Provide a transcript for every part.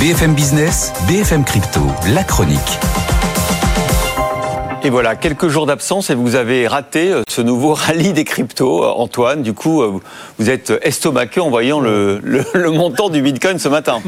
BFM Business, BFM Crypto, la chronique. Et voilà, quelques jours d'absence et vous avez raté ce nouveau rallye des cryptos, Antoine. Du coup, vous êtes estomaqué en voyant le montant du Bitcoin ce matin.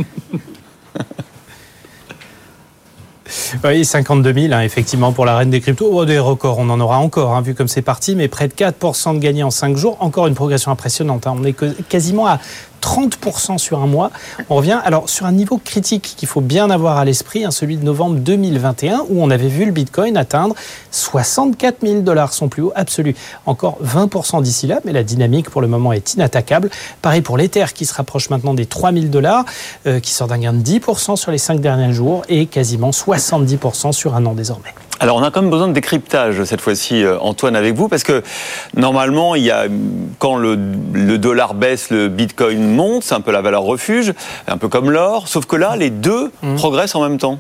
Oui, 52 000, effectivement, pour la reine des cryptos. Oh, des records, on en aura encore, vu comme c'est parti, mais près de 4% de gagnés en 5 jours. Encore une progression impressionnante. On est quasiment à 30% sur un mois. On revient alors sur un niveau critique qu'il faut bien avoir à l'esprit, celui de novembre 2021, où on avait vu le Bitcoin atteindre 64 000 $, son plus haut absolu. Encore 20% d'ici là, mais la dynamique pour le moment est inattaquable. Pareil pour l'Ether qui se rapproche maintenant des 3 000 $, qui sort d'un gain de 10% sur les 5 derniers jours et quasiment 70% sur un an désormais. Alors, on a quand même besoin de décryptage cette fois-ci, Antoine, avec vous, parce que normalement, quand le dollar baisse, le Bitcoin monte, c'est un peu la valeur refuge, un peu comme l'or, sauf que là, les deux progressent en même temps.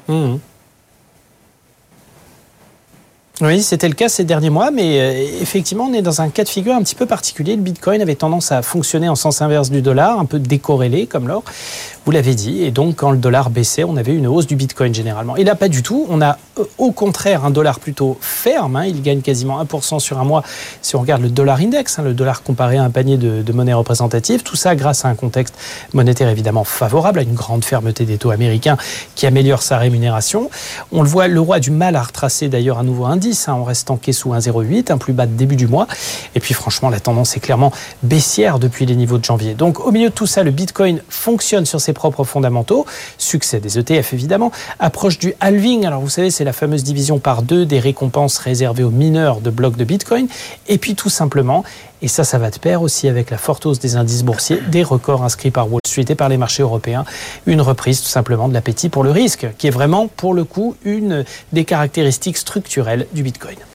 Oui, c'était le cas ces derniers mois, mais effectivement, on est dans un cas de figure un petit peu particulier. Le Bitcoin avait tendance à fonctionner en sens inverse du dollar, un peu décorrélé comme l'or, vous l'avez dit, et donc quand le dollar baissait, on avait une hausse du Bitcoin généralement. Et là, pas du tout, on a au contraire un dollar plutôt ferme, il gagne quasiment 1% sur un mois si on regarde le dollar index, le dollar comparé à un panier de monnaies représentatives, tout ça grâce à un contexte monétaire évidemment favorable, à une grande fermeté des taux américains qui améliore sa rémunération. On le voit, l'euro a du mal à retracer d'ailleurs un nouveau indice, en restant quai sous 1,08, un plus bas de début du mois. Et puis franchement, la tendance est clairement baissière depuis les niveaux de janvier. Donc au milieu de tout ça, le Bitcoin fonctionne sur ses propres fondamentaux. Succès des ETF évidemment. Approche du halving. Alors vous savez, c'est la fameuse division par 2 des récompenses réservées aux mineurs de blocs de Bitcoin. Et puis tout simplement, et ça va de pair aussi avec la forte hausse des indices boursiers, des records inscrits par Wall Street et par les marchés européens, une reprise tout simplement de l'appétit pour le risque, qui est vraiment pour le coup une des caractéristiques structurelles du Bitcoin.